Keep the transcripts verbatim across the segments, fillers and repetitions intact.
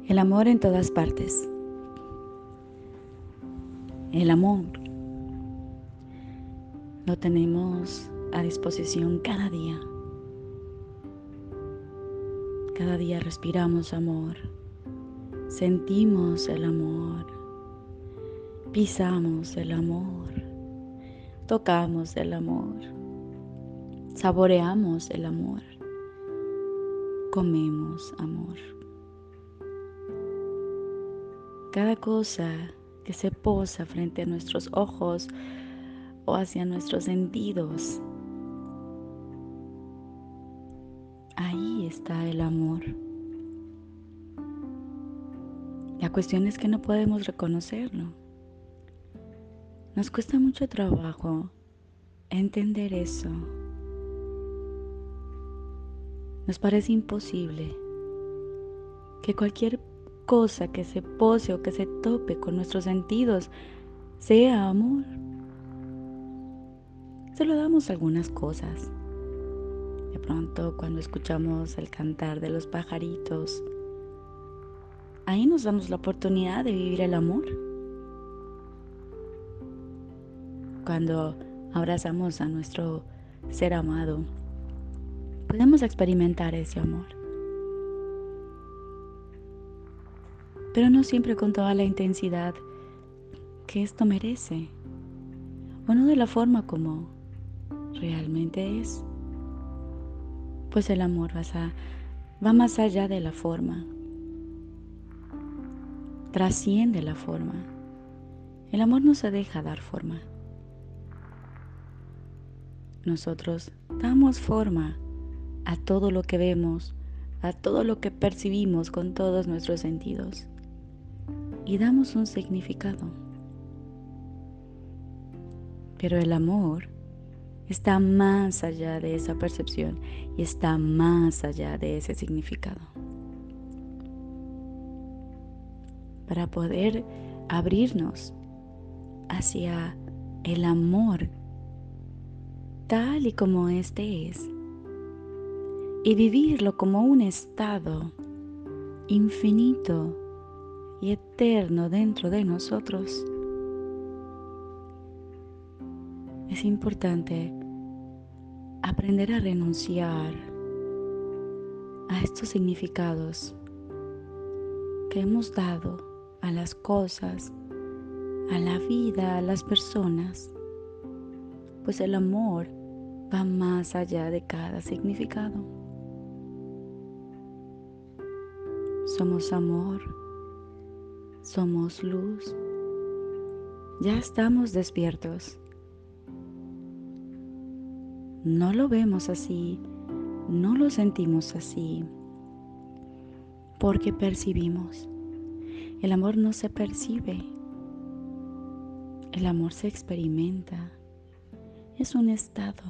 El amor en todas partes. El amor lo tenemos a disposición cada día. Cada día respiramos amor, sentimos el amor, pisamos el amor, tocamos el amor, saboreamos el amor, comemos amor. Cada cosa que se posa frente a nuestros ojos o hacia nuestros sentidos, ahí está el amor. La cuestión es que no podemos reconocerlo. Nos cuesta mucho trabajo entender eso. Nos parece imposible que cualquier cosa que se pose o que se tope con nuestros sentidos sea amor. Solo damos algunas cosas. De pronto, cuando escuchamos el cantar de los pajaritos, ahí nos damos la oportunidad de vivir el amor. Cuando abrazamos a nuestro ser amado, podemos experimentar ese amor. Pero no siempre con toda la intensidad que esto merece, o no de la forma como realmente es. Pues el amor va, va más allá de la forma, trasciende la forma. El amor no se deja dar forma. Nosotros damos forma a todo lo que vemos, a todo lo que percibimos con todos nuestros sentidos. Y damos un significado. Pero el amor está más allá de esa percepción y está más allá de ese significado. Para poder abrirnos hacia el amor tal y como este es y vivirlo como un estado infinito y eterno dentro de nosotros, es importante aprender a renunciar a estos significados que hemos dado a las cosas, a la vida, a las personas, pues el amor va más allá de cada significado. Somos amor, somos luz, ya estamos despiertos. No lo vemos así, no lo sentimos así, porque percibimos. El amor no se percibe, el amor se experimenta, es un estado.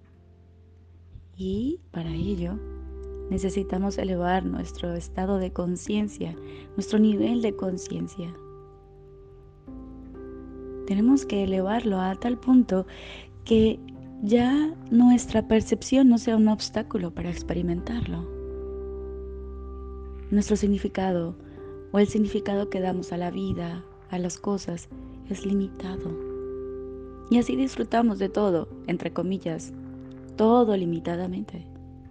Y para ello necesitamos elevar nuestro estado de conciencia, nuestro nivel de conciencia. Tenemos que elevarlo a tal punto que ya nuestra percepción no sea un obstáculo para experimentarlo. Nuestro significado o el significado que damos a la vida, a las cosas, es limitado. Y así disfrutamos de todo, entre comillas, todo limitadamente.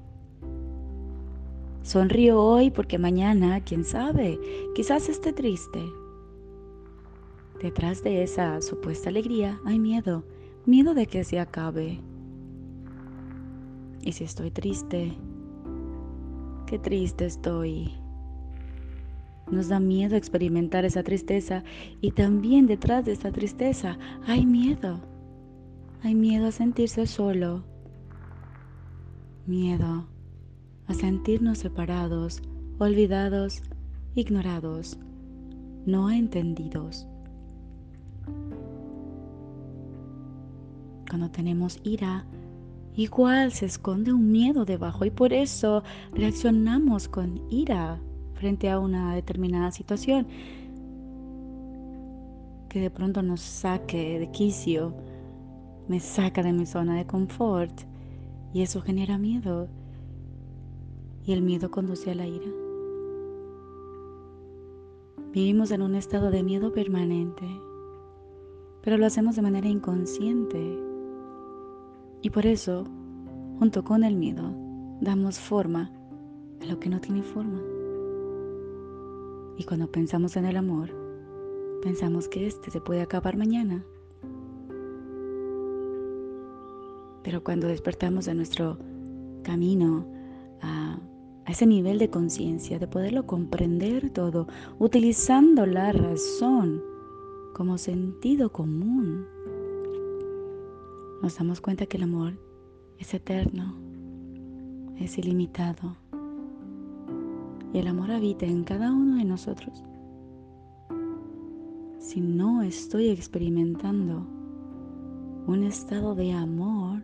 Sonrío hoy porque mañana, quién sabe, quizás esté triste. Detrás de esa supuesta alegría hay miedo, miedo de que se acabe. Y si estoy triste, qué triste estoy. Nos da miedo experimentar esa tristeza y también detrás de esa tristeza hay miedo. Hay miedo a sentirse solo, miedo a sentirnos separados, olvidados, ignorados, no entendidos. Cuando tenemos ira, igual se esconde un miedo debajo y por eso reaccionamos con ira frente a una determinada situación que de pronto nos saque de quicio, me saca de mi zona de confort y eso genera miedo y el miedo conduce a la ira. Vivimos en un estado de miedo permanente, pero lo hacemos de manera inconsciente. Y por eso, junto con el miedo, damos forma a lo que no tiene forma. Y cuando pensamos en el amor, pensamos que este se puede acabar mañana. Pero cuando despertamos de nuestro camino a, a ese nivel de conciencia, de poderlo comprender todo, utilizando la razón como sentido común, nos damos cuenta que el amor es eterno, es ilimitado. Y el amor habita en cada uno de nosotros. Si no estoy experimentando un estado de amor,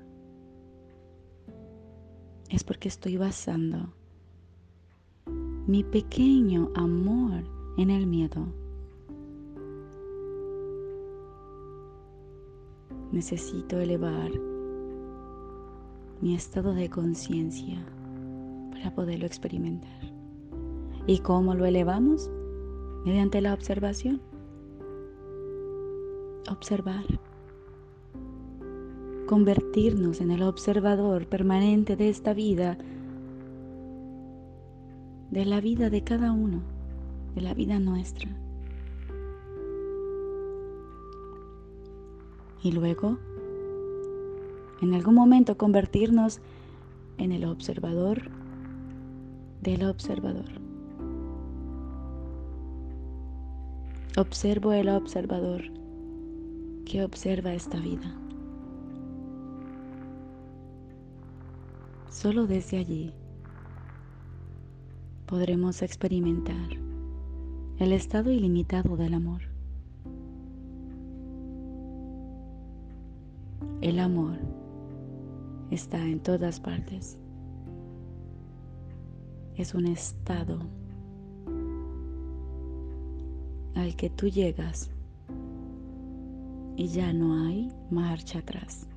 es porque estoy basando mi pequeño amor en el miedo. Necesito elevar mi estado de conciencia para poderlo experimentar. ¿Y cómo lo elevamos? Mediante la observación. Observar. Convertirnos en el observador permanente de esta vida, de la vida de cada uno, de la vida nuestra. Y luego, en algún momento, convertirnos en el observador del observador. Observo el observador que observa esta vida. Solo desde allí podremos experimentar el estado ilimitado del amor. El amor está en todas partes. Es un estado al que tú llegas y ya no hay marcha atrás.